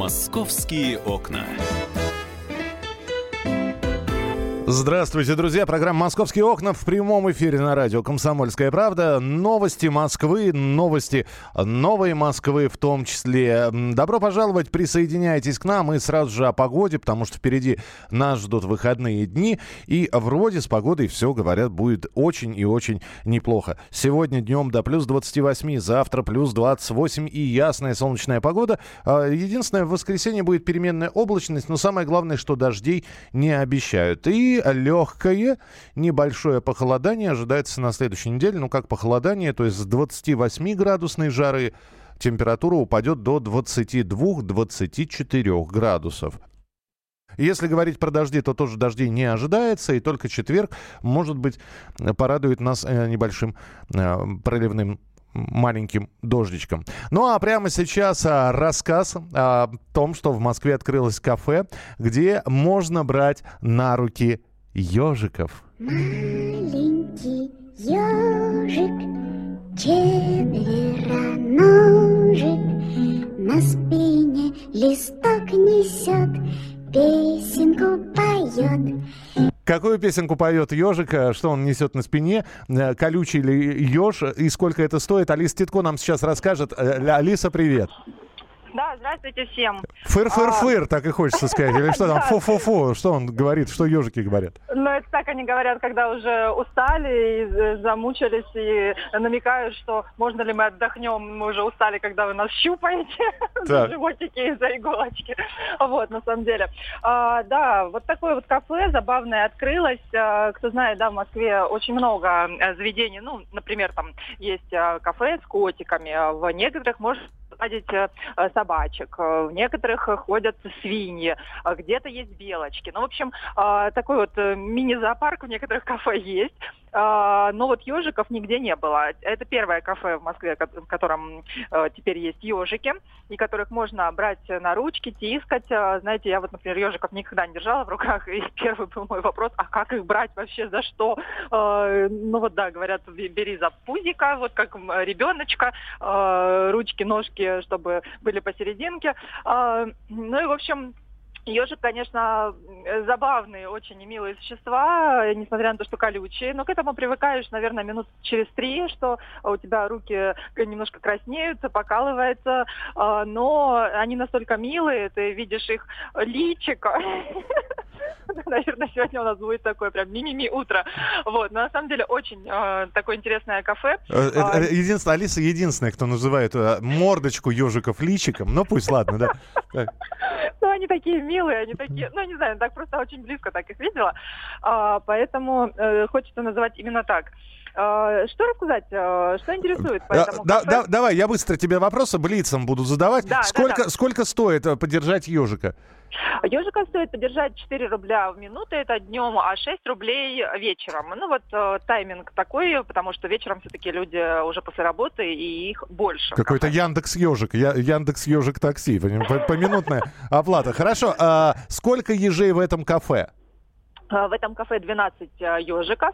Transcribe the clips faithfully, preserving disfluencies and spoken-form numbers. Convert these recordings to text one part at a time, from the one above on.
«Московские окна». Здравствуйте, друзья. Программа «Московские окна» в прямом эфире на радио «Комсомольская правда». Новости Москвы, новости новой Москвы в том числе. Добро пожаловать, присоединяйтесь к нам. И сразу же о погоде, потому что впереди нас ждут выходные дни. И вроде с погодой все, говорят, будет очень и очень неплохо. Сегодня днем до плюс двадцать восемь, завтра плюс двадцать восемь и ясная солнечная погода. Единственное, в воскресенье будет переменная облачность, но самое главное, что дождей не обещают. И легкое, небольшое похолодание ожидается на следующей неделе. Ну, как похолодание, то есть с двадцативосьмиградусной жары температура упадет до двадцати двух - двадцати четырёх градусов. Если говорить про дожди, то тоже дождей не ожидается, и только четверг, может быть, порадует нас небольшим проливным маленьким дождичком. Ну а прямо сейчас а, рассказ о том, что в Москве открылось кафе, где можно брать на руки ежиков. Маленький ежик, четвероножек, на спине листок несет, песенку поет. Какую песенку поет ежик, что он несет на спине, колючий ли еж и сколько это стоит? Алиса Титко нам сейчас расскажет. Алиса, привет. Да, здравствуйте всем. Фыр-фыр-фыр, а... так и хочется сказать. Или что там, фу-фу-фу, что он говорит, что ежики говорят? Ну, это так они говорят, когда уже устали и замучились, и намекают, что можно ли мы отдохнем, мы уже устали, когда вы нас щупаете за животики и за иголочки. Вот, на самом деле. А, да, вот такое вот кафе забавное открылось. А, кто знает, да, в Москве очень много заведений. Ну, например, там есть кафе с котиками. В некоторых можно садить собачек, в некоторых ходят свиньи, где-то есть белочки. Ну, в общем, такой вот мини-зоопарк в некоторых кафе есть, но вот ежиков нигде не было. Это первое кафе в Москве, в котором теперь есть ежики, и которых можно брать на ручки, тискать. Знаете, я вот, например, ежиков никогда не держала в руках, и первый был мой вопрос, а как их брать вообще, за что? Ну вот да, говорят, бери за пузика, вот как ребеночка, ручки, ножки, чтобы были посерединке. Ну и, в общем, ежик, конечно, забавные, очень милые существа, несмотря на то, что колючие. Но к этому привыкаешь, наверное, минут через три, что у тебя руки немножко краснеются, покалываются. Но они настолько милые, ты видишь их личико. Наверное, сегодня у нас будет такое прям ми-ми-ми утро. Вот, но на самом деле очень э, такое интересное кафе. Единственное, Алиса единственная, кто называет э, мордочку ежиков личиком. Ну пусть, ладно, да. Ну, они такие милые, они такие, ну, не знаю, так просто очень близко так их видела. А, поэтому э, хочется называть именно так. Uh, что рассказать? Uh, что интересует по этому да, кафе? Да, давай, я быстро тебе вопросы блицом буду задавать. Да, сколько, да, да. сколько стоит подержать ежика? Ежика стоит подержать четыре рубля в минуту, это днем, а шесть рублей вечером. Ну вот э, тайминг такой, потому что вечером все-таки люди уже после работы, и их больше. Какой-то Яндекс Ежик, Я, Яндекс Ежик такси, поминутная оплата. Хорошо, а сколько ежей в этом кафе? В этом кафе двенадцать ежиков,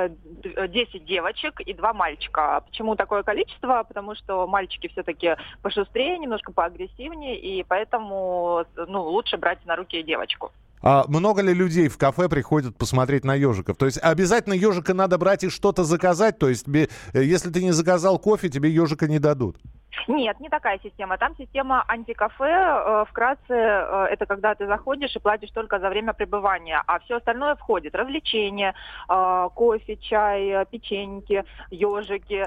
десять девочек и два мальчика. Почему такое количество? Потому что мальчики все-таки пошустрее, немножко поагрессивнее, и поэтому ну, лучше брать на руки девочку. А много ли людей в кафе приходят посмотреть на ежиков? То есть обязательно ежика надо брать и что-то заказать? То есть если ты не заказал кофе, тебе ежика не дадут? Нет, не такая система. Там система антикафе. Вкратце, это когда ты заходишь и платишь только за время пребывания, а все остальное входит. Развлечения, кофе, чай, печеньки, ежики,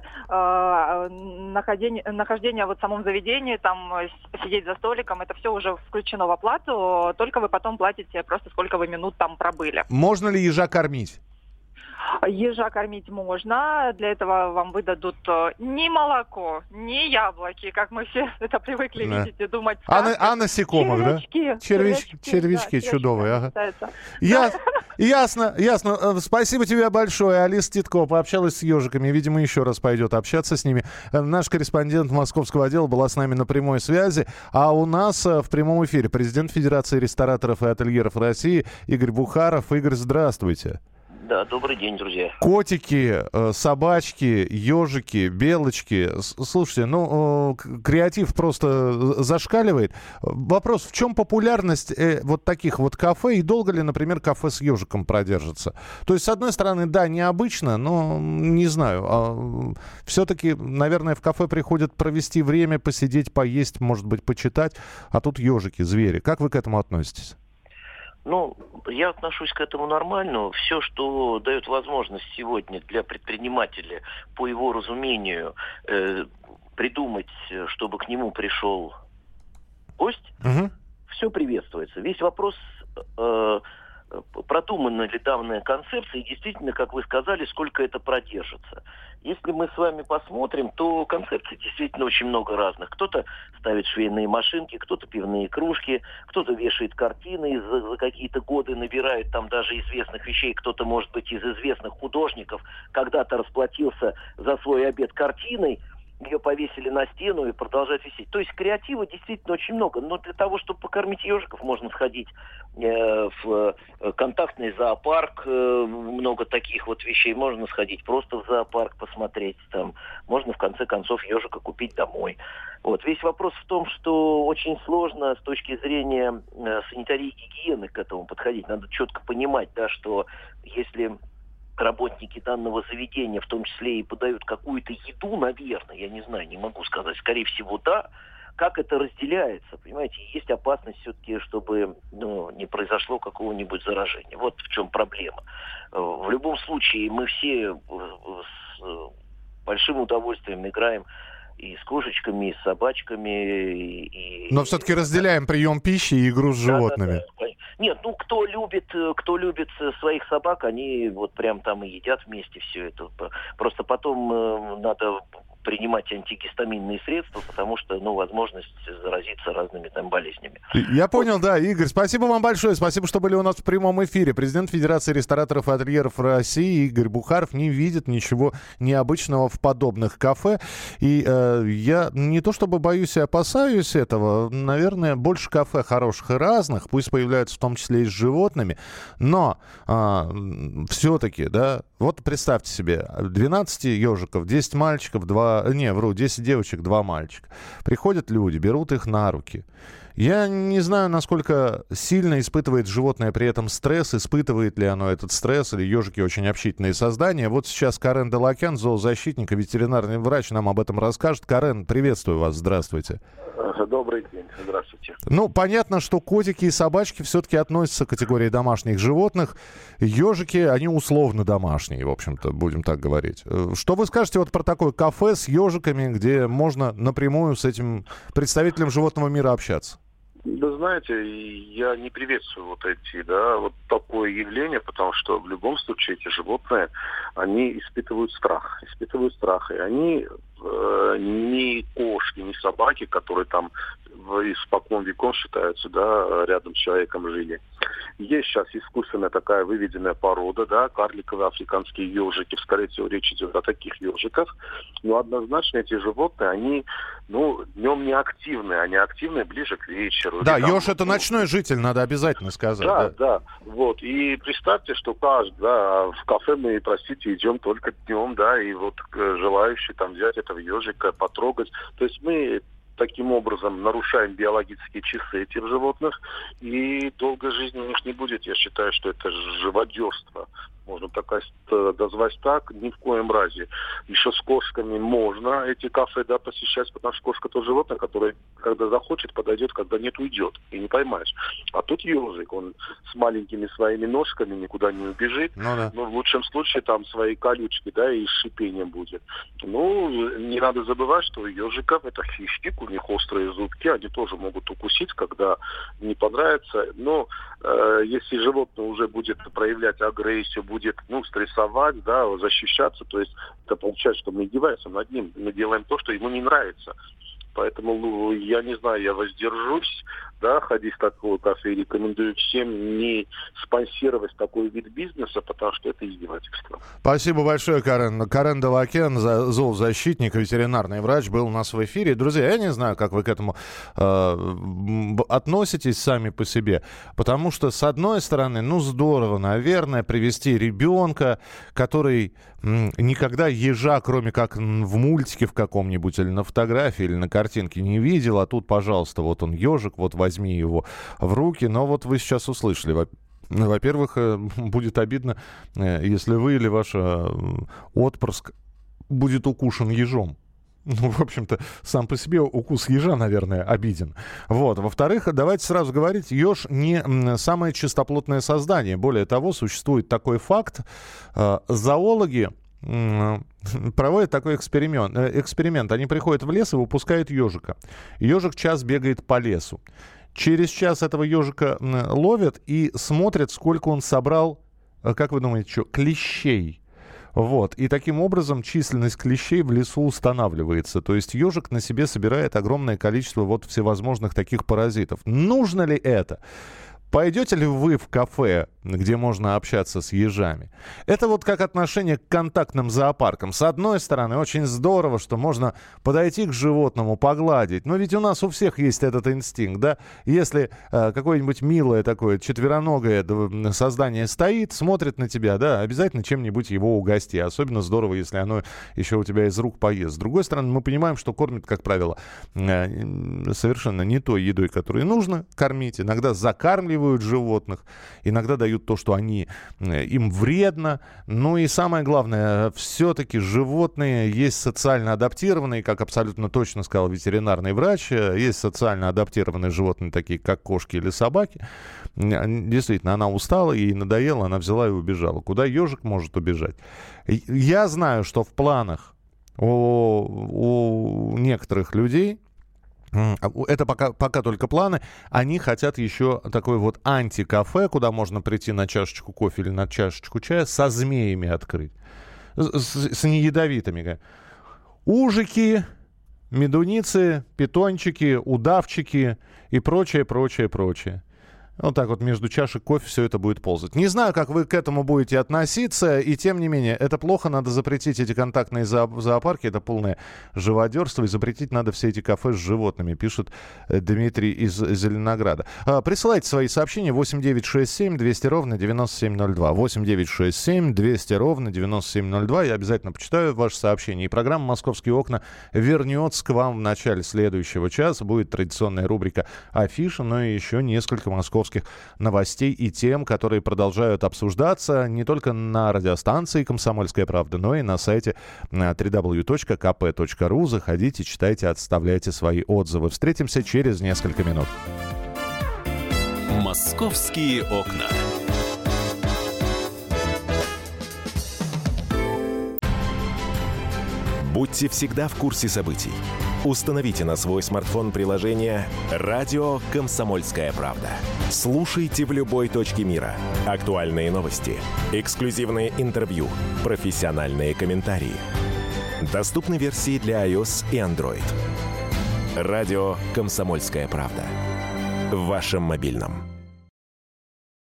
нахождение, нахождение вот в самом заведении, там сидеть за столиком, это все уже включено в оплату, только вы потом платите просто сколько вы минут там пробыли. Можно ли ежа кормить? Ежа кормить можно, для этого вам выдадут не молоко, не яблоки, как мы все это привыкли да. видеть и думать. А, на, а насекомых, червячки, да? Червячки, червячки, червячки да, чудовые. Ага. Я, ясно, ясно. Спасибо тебе большое. Алиса Титко пообщалась с ежиками. Видимо, еще раз пойдет общаться с ними. Наш корреспондент московского отдела была с нами на прямой связи. А у нас в прямом эфире президент Федерации рестораторов и ательеров России Игорь Бухаров. Игорь, здравствуйте. Да, добрый день, друзья. Котики, собачки, ежики, белочки. Слушайте, ну, креатив просто зашкаливает. Вопрос, в чем популярность вот таких вот кафе и долго ли, например, кафе с ежиком продержится? То есть, с одной стороны, да, необычно, но не знаю. Все-таки, наверное, в кафе приходят провести время, посидеть, поесть, может быть, почитать. А тут ежики, звери. Как вы к этому относитесь? Ну, я отношусь к этому нормально. Все, что дает возможность сегодня для предпринимателя, по его разумению, э, придумать, чтобы к нему пришел гость, угу. все приветствуется. Весь вопрос, э, продумана ли данная концепция, и действительно, как вы сказали, сколько это продержится. Если мы с вами посмотрим, то концепций действительно очень много разных. Кто-то ставит швейные машинки, кто-то пивные кружки, кто-то вешает картины, и за, за какие-то годы набирает там даже известных вещей. Кто-то, может быть, из известных художников когда-то расплатился за свой обед картиной, ее повесили на стену и продолжают висеть. То есть креатива действительно очень много. Но для того, чтобы покормить ежиков, можно сходить э, в контактный зоопарк. Э, много таких вот вещей. Можно сходить просто в зоопарк посмотреть. Там. Можно, в конце концов, ежика купить домой. Вот. Весь вопрос в том, что очень сложно с точки зрения э, санитарии и гигиены к этому подходить. Надо четко понимать, да, что если работники данного заведения, в том числе и подают какую-то еду, наверное, я не знаю, не могу сказать, скорее всего, да, как это разделяется, понимаете, есть опасность все-таки, чтобы ну, не произошло какого-нибудь заражения. Вот в чем проблема. В любом случае, мы все с большим удовольствием играем и с кошечками, и с собачками. И, Но все-таки разделяем прием пищи и игру с животными. Да, да, да. Нет, ну кто любит, кто любит своих собак, они вот прям там и едят вместе все это. Просто потом э, надо принимать антигистаминные средства, потому что, ну, возможность заразиться разными там болезнями. Я понял, да, Игорь, спасибо вам большое, спасибо, что были у нас в прямом эфире. Президент Федерации рестораторов и ательеров России Игорь Бухаров не видит ничего необычного в подобных кафе. И э, я не то чтобы боюсь и опасаюсь этого, наверное, больше кафе хороших и разных, пусть появляются в том числе и с животными, но э, все-таки, да, вот представьте себе, двенадцать ежиков, десять мальчиков, два Не, вру, десять девочек, два мальчика. Приходят люди, берут их на руки. Я не знаю, насколько сильно испытывает животное при этом стресс, испытывает ли оно этот стресс, или ежики очень общительные создания. Вот сейчас Карен Делакян, зоозащитник и ветеринарный врач, нам об этом расскажет. Карен, приветствую вас, здравствуйте. Добрый день, здравствуйте. Ну, понятно, что котики и собачки все-таки относятся к категории домашних животных. Ежики, они условно домашние, в общем-то, будем так говорить. Что вы скажете вот про такое кафе с ежиками, где можно напрямую с этим представителем животного мира общаться? Да знаете, я не приветствую вот эти, да, вот такое явление, потому что в любом случае эти животные, они испытывают страх, испытывают страх, и они э, ни кошки, ни собаки, которые там испокон веков считаются, да, рядом с человеком жили. Есть сейчас искусственная такая выведенная порода, да, карликовые африканские ежики, скорее всего, речь идет о таких ежиках, но однозначно эти животные, они, ну, днем не активны, они активны ближе к вечеру. Да, еж это ночной житель, надо обязательно сказать. Да, да, да, вот, и представьте, что каждый, да, в кафе мы, простите, идем только днем, да, и вот желающий там взять этого ежика, потрогать, то есть мы таким образом нарушаем биологические часы этих животных, и долгой жизни у них не будет. Я считаю, что это живодерство. Можно так дозвать так, ни в коем разе. Еще с кошками можно эти кафе, да, посещать, потому что кошка то животное, которое, когда захочет, подойдет, когда нет, уйдет. И не поймаешь. А тут ежик, он с маленькими своими ножками никуда не убежит. Ну, да. Но в лучшем случае там свои колючки, да, и с шипением будет. Ну, не надо забывать, что у ежиков это хищник, у них острые зубки, они тоже могут укусить, когда не понравится. Но э, если животное уже будет проявлять агрессию, будет, ну, стрессовать, да, защищаться, то есть это получается, что мы издеваемся над ним, мы делаем то, что ему не нравится. Поэтому, я не знаю, я воздержусь, да, ходить в такое кафе. Рекомендую всем не спонсировать такой вид бизнеса, потому что это издевательство. Спасибо большое, Карен. Карен Делакен, зоозащитник, ветеринарный врач, был у нас в эфире. Друзья, я не знаю, как вы к этому э, относитесь сами по себе. Потому что, с одной стороны, ну, здорово, наверное, привести ребенка, который м, никогда ежа, кроме как в мультике в каком-нибудь, или на фотографии, или на картинке не видел. А тут, пожалуйста, вот он ежик, вот возьми его в руки. Но вот вы сейчас услышали. Во-первых, будет обидно, если вы или ваш отпрыск будет укушен ежом. Ну, в общем-то, сам по себе укус ежа, наверное, обиден. Вот. Во-вторых, давайте сразу говорить, еж не самое чистоплотное создание. Более того, существует такой факт. Зоологи проводят такой эксперимент. эксперимент. Они приходят в лес и выпускают ежика. Ежик час бегает по лесу. Через час этого ежика ловят и смотрят, сколько он собрал, как вы думаете, что, клещей. Вот. И таким образом численность клещей в лесу устанавливается. То есть ежик на себе собирает огромное количество вот всевозможных таких паразитов. Нужно ли это? Пойдете ли вы в кафе, где можно общаться с ежами? Это вот как отношение к контактным зоопаркам. С одной стороны, очень здорово, что можно подойти к животному, погладить. Но ведь у нас у всех есть этот инстинкт, да? Если э, какое-нибудь милое такое четвероногое создание стоит, смотрит на тебя, да, обязательно чем-нибудь его угости. Особенно здорово, если оно еще у тебя из рук поест. С другой стороны, мы понимаем, что кормят, как правило, э, совершенно не той едой, которой нужно кормить. Иногда закармливают животных, иногда дают то, что они, им вредно. Ну и самое главное, все-таки животные есть социально адаптированные, как абсолютно точно сказал ветеринарный врач, есть социально адаптированные животные, такие как кошки или собаки. Действительно, она устала, ей надоело, она взяла и убежала. Куда ежик может убежать? Я знаю, что в планах у, у некоторых людей, это пока, пока только планы, они хотят еще такой вот антикафе, куда можно прийти на чашечку кофе или на чашечку чая, со змеями открыть, с, с неядовитыми. Ужики, медуницы, питончики, удавчики и прочее, прочее, прочее. Вот так вот между чашек кофе все это будет ползать. Не знаю, как вы к этому будете относиться, и тем не менее, это плохо, надо запретить эти контактные зо- зоопарки, это полное живодерство, и запретить надо все эти кафе с животными, пишет Дмитрий из Зеленограда. А, присылайте свои сообщения восемь девятьсот шестьдесят семь двести ровно девяносто семь ноль два. восемь девятьсот шестьдесят семь двести ровно девяносто семь ноль два. Я обязательно почитаю ваши сообщения. И программа «Московские окна» вернется к вам в начале следующего часа. Будет традиционная рубрика «Афиша», но и еще несколько московских новостей и тем, которые продолжают обсуждаться не только на радиостанции «Комсомольская правда», но и на сайте дабл ю дабл ю дабл ю точка ка пэ точка ру. Заходите, читайте, оставляйте свои отзывы. Встретимся через несколько минут. «Московские окна». Будьте всегда в курсе событий. Установите на свой смартфон приложение «Радио Комсомольская правда». Слушайте в любой точке мира. Актуальные новости, эксклюзивные интервью, профессиональные комментарии. Доступны версии для iOS и Android. «Радио Комсомольская правда». В вашем мобильном.